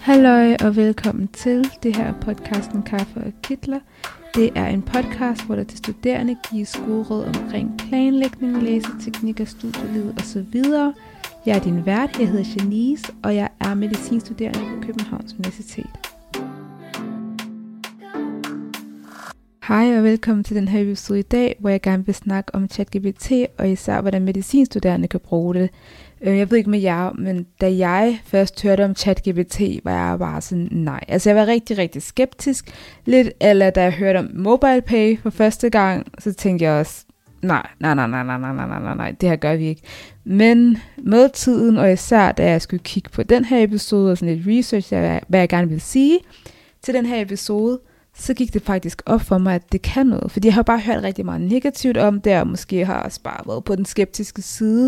Halløj og velkommen til det her podcasten Kaffe og Kitler. Det er en podcast, hvor der til studerende gives gode råd omkring planlægning, læseteknikker, studielivet osv. Jeg er din vært, jeg hedder Janice, og jeg er medicinstuderende på Københavns Universitet. Hej og velkommen til den her episode i dag, hvor jeg gerne vil snakke om ChatGPT, og især hvordan medicinstuderende kan bruge det. Jeg ved ikke med jer, men da jeg først hørte om ChatGPT, var jeg bare sådan, nej. Altså jeg var rigtig, rigtig skeptisk. Lidt eller da jeg hørte om MobilePay for første gang, så tænkte jeg også, nej, det her gør vi ikke. Men med tiden, og især da jeg skulle kigge på den her episode, og sådan lidt research, hvad jeg gerne vil sige til den her episode, så gik det faktisk op for mig, at det kan noget. Fordi jeg har bare hørt rigtig meget negativt om det, og måske har også bare været på den skeptiske side.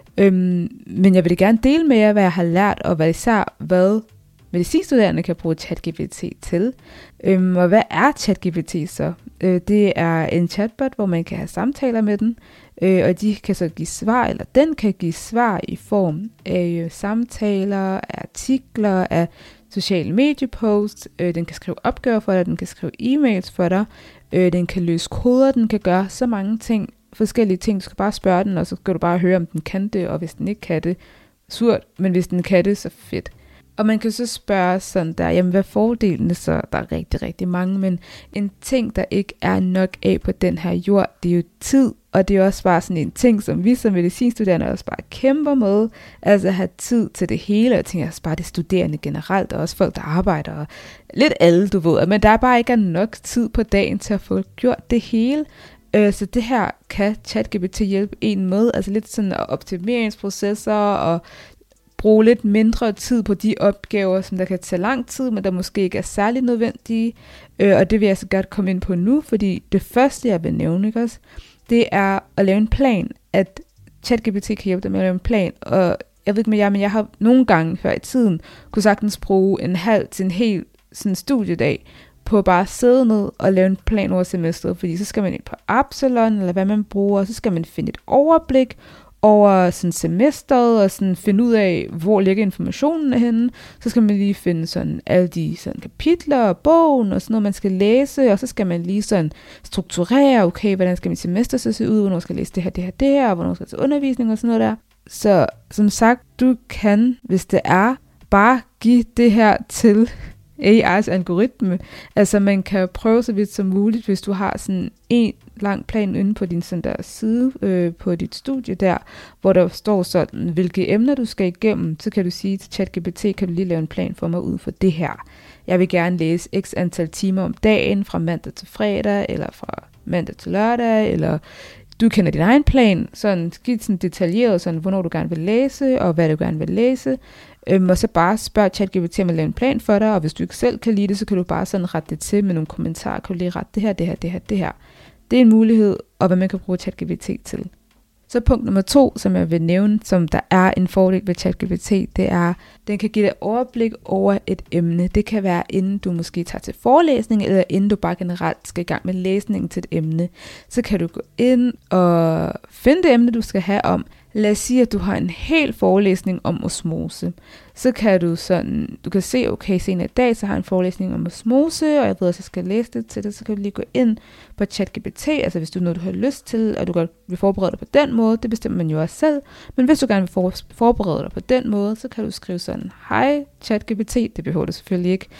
Men jeg vil gerne dele med jer, hvad jeg har lært, og hvad medicinstuderende kan bruge ChatGPT til. Og hvad er ChatGPT så? Det er en chatbot, hvor man kan have samtaler med den, og de kan så give svar, eller den kan give svar i form af samtaler, af artikler, af sociale medieposts, den kan skrive opgaver for dig, den kan skrive e-mails for dig, den kan løse koder, den kan gøre så mange ting, forskellige ting. Du skal bare spørge den, og så skal du bare høre, om den kan det, og hvis den ikke kan det, surt, men hvis den kan det, så fedt. Og man kan så spørge sådan der, jamen hvad er fordelene så? Der er rigtig, rigtig mange, men en ting, der ikke er nok af på den her jord, det er jo tid, og det er også bare sådan en ting, som vi som medicinstuderende også bare kæmper med, altså at have tid til det hele, og jeg tænker også bare det studerende generelt, og også folk, der arbejder, og lidt alle, du ved, men der er bare ikke nok tid på dagen til at få gjort det hele. Så det her kan ChatGPT hjælpe en med, altså lidt sådan optimeringsprocesser og bruge lidt mindre tid på de opgaver, som der kan tage lang tid, men der måske ikke er særlig nødvendige. Og det vil jeg så godt komme ind på nu, fordi det første, jeg vil nævne, ikke også, det er at lave en plan, at ChatGPT kan hjælpe dig med at lave en plan. Og jeg ved ikke med jer, men jeg har nogle gange før i tiden kunne sagtens bruge en halv til en hel sådan studiedag på bare at sidde ned og lave en plan over semesteret, fordi så skal man ind på Absalon, eller hvad man bruger, og så skal man finde et overblik over sådan semesteret, og sådan finde ud af, hvor ligger informationen henne. Så skal man lige finde sådan alle de sådan kapitler og bogen, og sådan noget, man skal læse, og så skal man lige sådan strukturere, okay, hvordan skal mit semester så se ud, hvornår skal jeg læse det her, og hvornår skal jeg til undervisning og sådan noget der. Så som sagt, du kan, hvis det er, bare give det her til AI's algoritme. Altså man kan prøve så vidt som muligt, hvis du har sådan en lang plan inde på din sådan der side på dit studie der, hvor der står sådan, hvilke emner du skal igennem, så kan du sige til ChatGPT, kan du lige lave en plan for mig ud for det her. Jeg vil gerne læse x antal timer om dagen, fra mandag til fredag, eller fra mandag til lørdag, eller du kender din egen plan, sådan skidt sådan detaljeret, sådan hvornår du gerne vil læse, og hvad du gerne vil læse, og så bare spørg ChatGPT om at lave en plan for dig, og hvis du ikke selv kan lide det, så kan du bare sådan rette det til med nogle kommentarer, kan du lige rette det her. Det er en mulighed, og hvad man kan bruge ChatGPT til. Så punkt nummer 2, som jeg vil nævne, som der er en fordel ved ChatGPT, det er, den kan give dig overblik over et emne. Det kan være, inden du måske tager til forelæsning, eller inden du bare generelt skal i gang med læsningen til et emne. Så kan du gå ind og finde det emne, du skal have om. Lad os sige, at du har en hel forelæsning om osmose. Så kan du sådan, du kan se, okay, senere i dag, så har jeg en forelæsning om osmose, og jeg ved, at jeg skal læse det til det, så kan du lige gå ind på ChatGPT, altså hvis du er noget, du har lyst til, og du godt vil forberede dig på den måde, det bestemmer man jo også selv, men hvis du gerne vil forberede dig på den måde, så kan du skrive sådan, hej ChatGPT, det behøver du selvfølgelig ikke,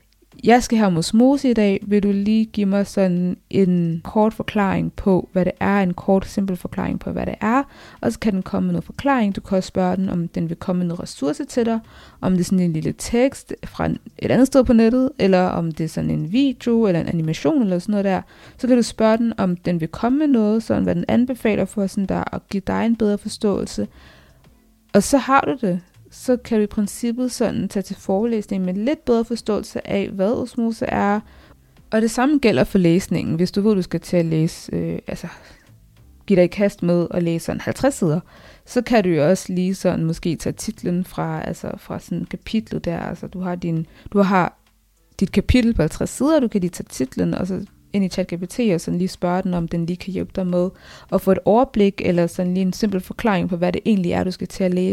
jeg skal have om osmose i dag, vil du lige give mig sådan en kort forklaring på, hvad det er, en kort, simpel forklaring på, hvad det er, og så kan den komme med noget forklaring, du kan også spørge den, om den vil komme med noget ressource til dig, om det er sådan en lille tekst fra et andet sted på nettet, eller om det er sådan en video, eller en animation, eller sådan noget der, så kan du spørge den, om den vil komme med noget, sådan hvad den anbefaler for sådan der, at give dig en bedre forståelse, og så har du det. Så kan du i princippet sådan tage til forelæsning med lidt bedre forståelse af, hvad osmose er. Og det samme gælder for læsningen. Hvis du ved, du skal til at læse, give dig i kast med at læse sådan 50 sider, så kan du jo også lige sådan måske tage titlen fra sådan kapitlet der. Altså du har dit kapitel på 50 sider, du kan lige tage titlen, og så ind i ChatGPT og sådan lige spørge den, om den lige kan hjælpe dig med at få et overblik, eller sådan lige en simpel forklaring på, hvad det egentlig er, du skal til at læse.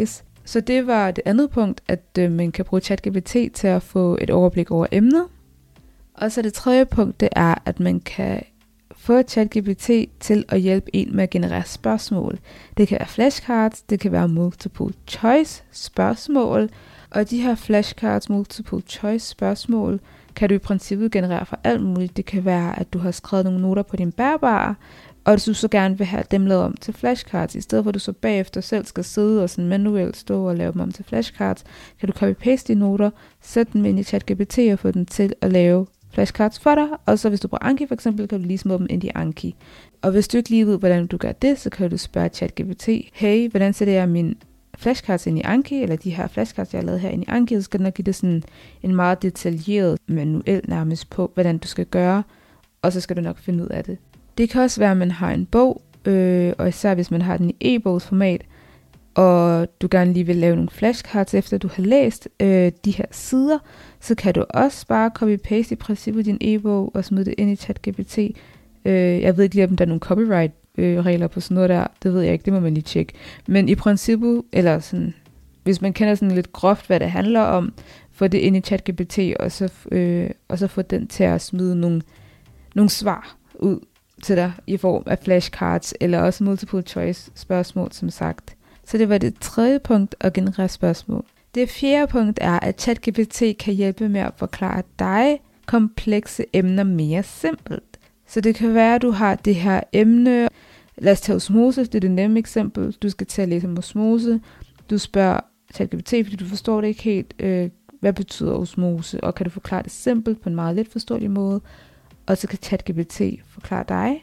Så det var det andet punkt, at man kan bruge ChatGPT til at få et overblik over emnet. Og så det tredje punkt, det er, at man kan få ChatGPT til at hjælpe en med at generere spørgsmål. Det kan være flashcards, det kan være multiple choice spørgsmål, og de her flashcards, multiple choice spørgsmål, kan du i princippet generere fra alt muligt. Det kan være, at du har skrevet nogle noter på din bærbare, og du så gerne vil have dem lavet om til flashcards, i stedet for at du så bagefter selv skal sidde og sådan manuelt stå og lave dem om til flashcards, kan du copy-paste de noter, sætte dem ind i ChatGPT og få den til at lave flashcards for dig, og så hvis du bruger Anki for eksempel, kan du lige smide dem ind i Anki. Og hvis du ikke lige ved, hvordan du gør det, så kan du spørge ChatGPT, hey, hvordan sætter jeg min flashcards ind i Anki, eller de her flashcards, jeg har lavet her ind i Anki, så skal den nok give dig sådan en meget detaljeret manual nærmest på, hvordan du skal gøre, og så skal du nok finde ud af det. Det kan også være, at man har en bog, og især hvis man har den i e-bogsformat, og du gerne lige vil lave nogle flashcards, efter du har læst de her sider, så kan du også bare copy-paste i princippet din e-bog og smide det ind i ChatGPT. Jeg ved ikke lige, om der er nogle copyright-regler på sådan noget der. Det ved jeg ikke, det må man lige tjekke. Men i princippet, eller sådan, hvis man kender sådan lidt groft, hvad det handler om, få det ind i ChatGPT, og så få den til at smide nogle svar ud til dig i form af flashcards, eller også multiple choice spørgsmål, som sagt. Så det var det tredje punkt, at generere spørgsmål. Det fjerde punkt er, at ChatGPT kan hjælpe med at forklare dig komplekse emner mere simpelt. Så det kan være, at du har det her emne. Lad os tage osmose, det er det nemme eksempel. Du skal til at læse om osmose. Du spørger ChatGPT, fordi du forstår det ikke helt. Hvad betyder osmose? Og kan du forklare det simpelt på en meget let forståelig måde? Og så kan ChatGPT forklare dig,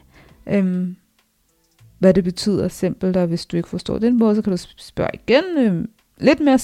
hvad det betyder simpelt, og hvis du ikke forstår den måde, så kan du spørge igen, lidt mere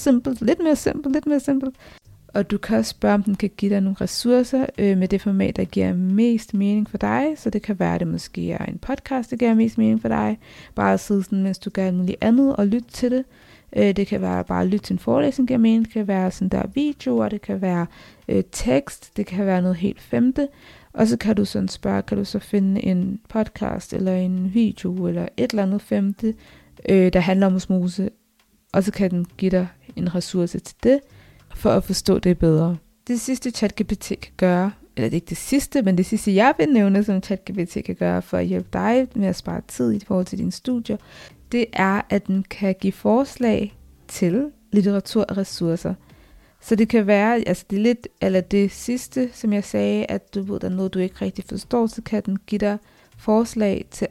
simpelt. Og du kan også spørge, om den kan give dig nogle ressourcer med det format, der giver mest mening for dig. Så det kan være, at det måske er en podcast, der giver mest mening for dig. Bare at sidde sådan, mens du gør alt muligt andet og lytte til det. Det kan være bare at lytte til en forelæsning, giver mening. Det kan være sådan der videoer, det kan være tekst, det kan være noget helt femte. Og så kan du sådan spørge, kan du så finde en podcast eller en video eller et eller andet femte, der handler om osmose. Og så kan den give dig en ressource til det, for at forstå det bedre. Det sidste ChatGPT kan gøre, eller det er ikke det sidste, men det sidste jeg vil nævne, som ChatGPT kan gøre for at hjælpe dig med at spare tid i forhold til dine studier, det er, at den kan give forslag til litteratur og ressourcer. Så det kan være, altså det er lidt, eller det sidste, som jeg sagde, at du ved, der er noget, du ikke rigtig forstår, så kan den give dig forslag til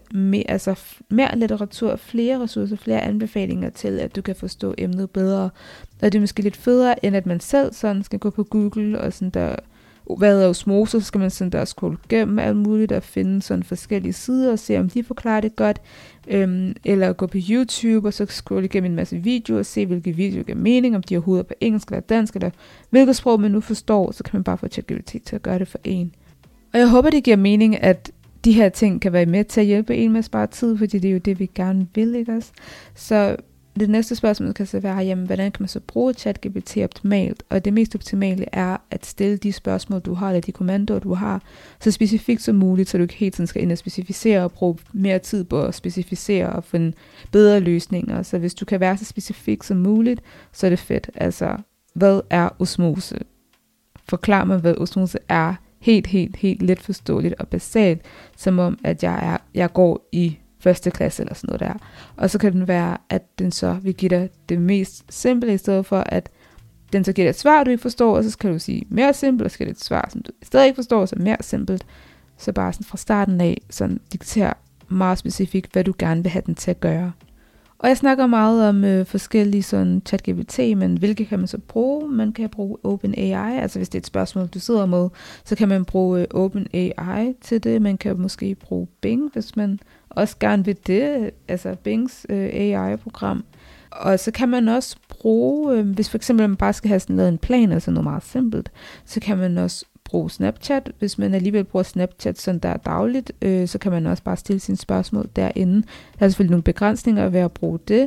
mere litteratur, flere ressourcer, flere anbefalinger til, at du kan forstå emnet bedre. Og det er måske lidt federe, end at man selv sådan skal gå på Google og sådan der, hvad er osmose, så skal man sådan der scrolle igennem alt muligt og finde sådan forskellige sider og se, om de forklarer det godt. Eller gå på YouTube og så scrolle igennem en masse videoer og se, hvilke videoer giver mening, om de overhovedet er på engelsk eller dansk, eller hvilket sprog man nu forstår, så kan man bare få ChatGPT til at gøre det for en. Og jeg håber, det giver mening, at de her ting kan være med til at hjælpe en med at spare tid, fordi det er jo det, vi gerne vil, ikke også? Så det næste spørgsmål kan så være, jamen, hvordan kan man så bruge ChatGPT optimalt? Og det mest optimale er at stille de spørgsmål, du har, eller de kommandoer, du har, så specifikt som muligt, så du ikke helt sådan skal ind og specificere og bruge mere tid på at specificere og finde bedre løsninger. Så hvis du kan være så specifik som muligt, så er det fedt. Altså, hvad er osmose? Forklar mig, hvad osmose er. Helt let forståeligt og basalt, som om, at jeg går i første klasse eller sådan noget der. Og så kan den være, at den så vil give dig det mest simple, i stedet for, at den så giver dig et svar, du ikke forstår, og så skal du sige mere simpelt, og så giver det et svar, som du stadig ikke forstår, så mere simpelt. Så bare sådan fra starten af, sådan dikterer meget specifikt, hvad du gerne vil have den til at gøre. Og jeg snakker meget om forskellige sådan ChatGPT, men hvilke kan man så bruge? Man kan bruge OpenAI, altså hvis det er et spørgsmål, du sidder med, så kan man bruge OpenAI til det. Man kan måske bruge Bing, hvis man også gerne vil det, altså Bings AI-program. Og så kan man også bruge, hvis for eksempel man bare skal have sådan lavet en plan, altså noget meget simpelt, så kan man også bruge Snapchat. Hvis man alligevel bruger Snapchat sådan der dagligt, så kan man også bare stille sine spørgsmål derinde. Der er selvfølgelig nogle begrænsninger ved at bruge det,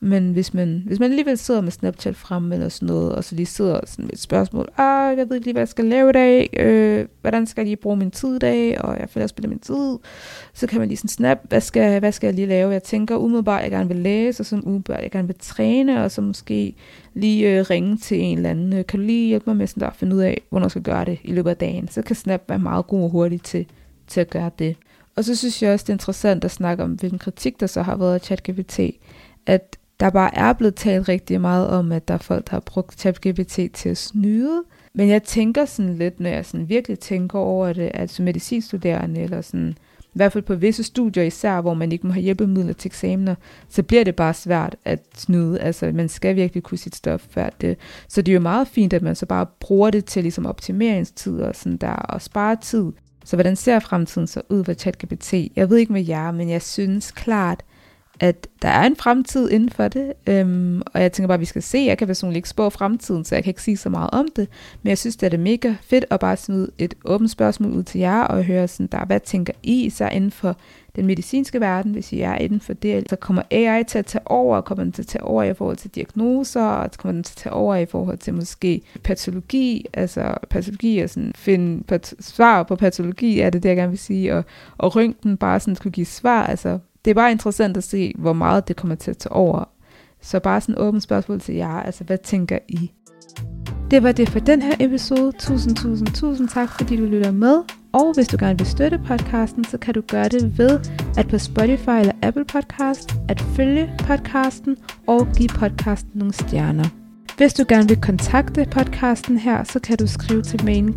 Men hvis man alligevel sidder med Snapchat frem eller sådan noget, og så lige sidder sådan med et spørgsmål, jeg ved ikke lige, hvad jeg skal lave i dag, hvordan skal jeg lige bruge min tid i dag, og jeg føler, at spille min tid, så kan man lige sådan snap, hvad skal jeg lige lave? Jeg tænker umiddelbart, at jeg gerne vil læse, og så umiddelbart, at jeg gerne vil træne, og så måske lige ringe til en eller anden, kan du lige hjælpe mig med sådan der, at finde ud af, hvornår jeg skal gøre det i løbet af dagen? Så kan Snap være meget god og hurtig til at gøre det. Og så synes jeg også, det er interessant at snakke om, hvilken kritik der så har været af ChatGPT, at der bare er blevet talt rigtig meget om, at der er folk, der har brugt ChatGPT til at snyde. Men jeg tænker sådan lidt, når jeg sådan virkelig tænker over det, at som medicinstuderende, eller sådan, i hvert fald på visse studier især, hvor man ikke må have hjælpemidler til eksamener, så bliver det bare svært at snyde. Altså man skal virkelig kunne sit stof færdigt. Så det er jo meget fint, at man så bare bruger det til ligesom optimeringstid og sådan der, og spare tid. Så hvordan ser fremtiden så ud for ChatGPT? Jeg ved ikke med jer, men jeg synes klart, at der er en fremtid inden for det, og jeg tænker bare, at vi skal se, jeg kan personligt ikke spå fremtiden, så jeg kan ikke sige så meget om det, men jeg synes, det er mega fedt at bare smide et åbent spørgsmål ud til jer, og høre sådan der, hvad tænker I især inden for den medicinske verden, hvis I er inden for det, så kommer AI til at tage over, kommer den til at tage over i forhold til diagnoser, og kommer den til at tage over i forhold til måske patologi, altså patologi og sådan finde svar på patologi, er det jeg gerne vil sige, og røntgen bare sådan skulle give svar, altså det er bare interessant at se, hvor meget det kommer til at tage over. Så bare sådan et åbent spørgsmål til jer. Altså, hvad tænker I? Det var det for den her episode. Tusind tak, fordi du lytter med. Og hvis du gerne vil støtte podcasten, så kan du gøre det ved at på Spotify eller Apple Podcast, at følge podcasten og give podcasten nogle stjerner. Hvis du gerne vil kontakte podcasten her, så kan du skrive til mailen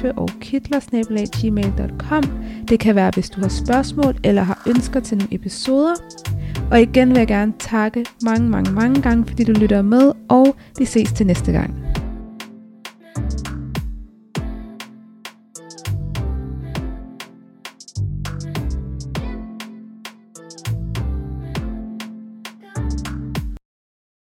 kaffeogkitler@gmail.com. Det kan være, hvis du har spørgsmål eller har ønsker til nogle episoder. Og igen vil jeg gerne takke mange gange, fordi du lytter med, og vi ses til næste gang.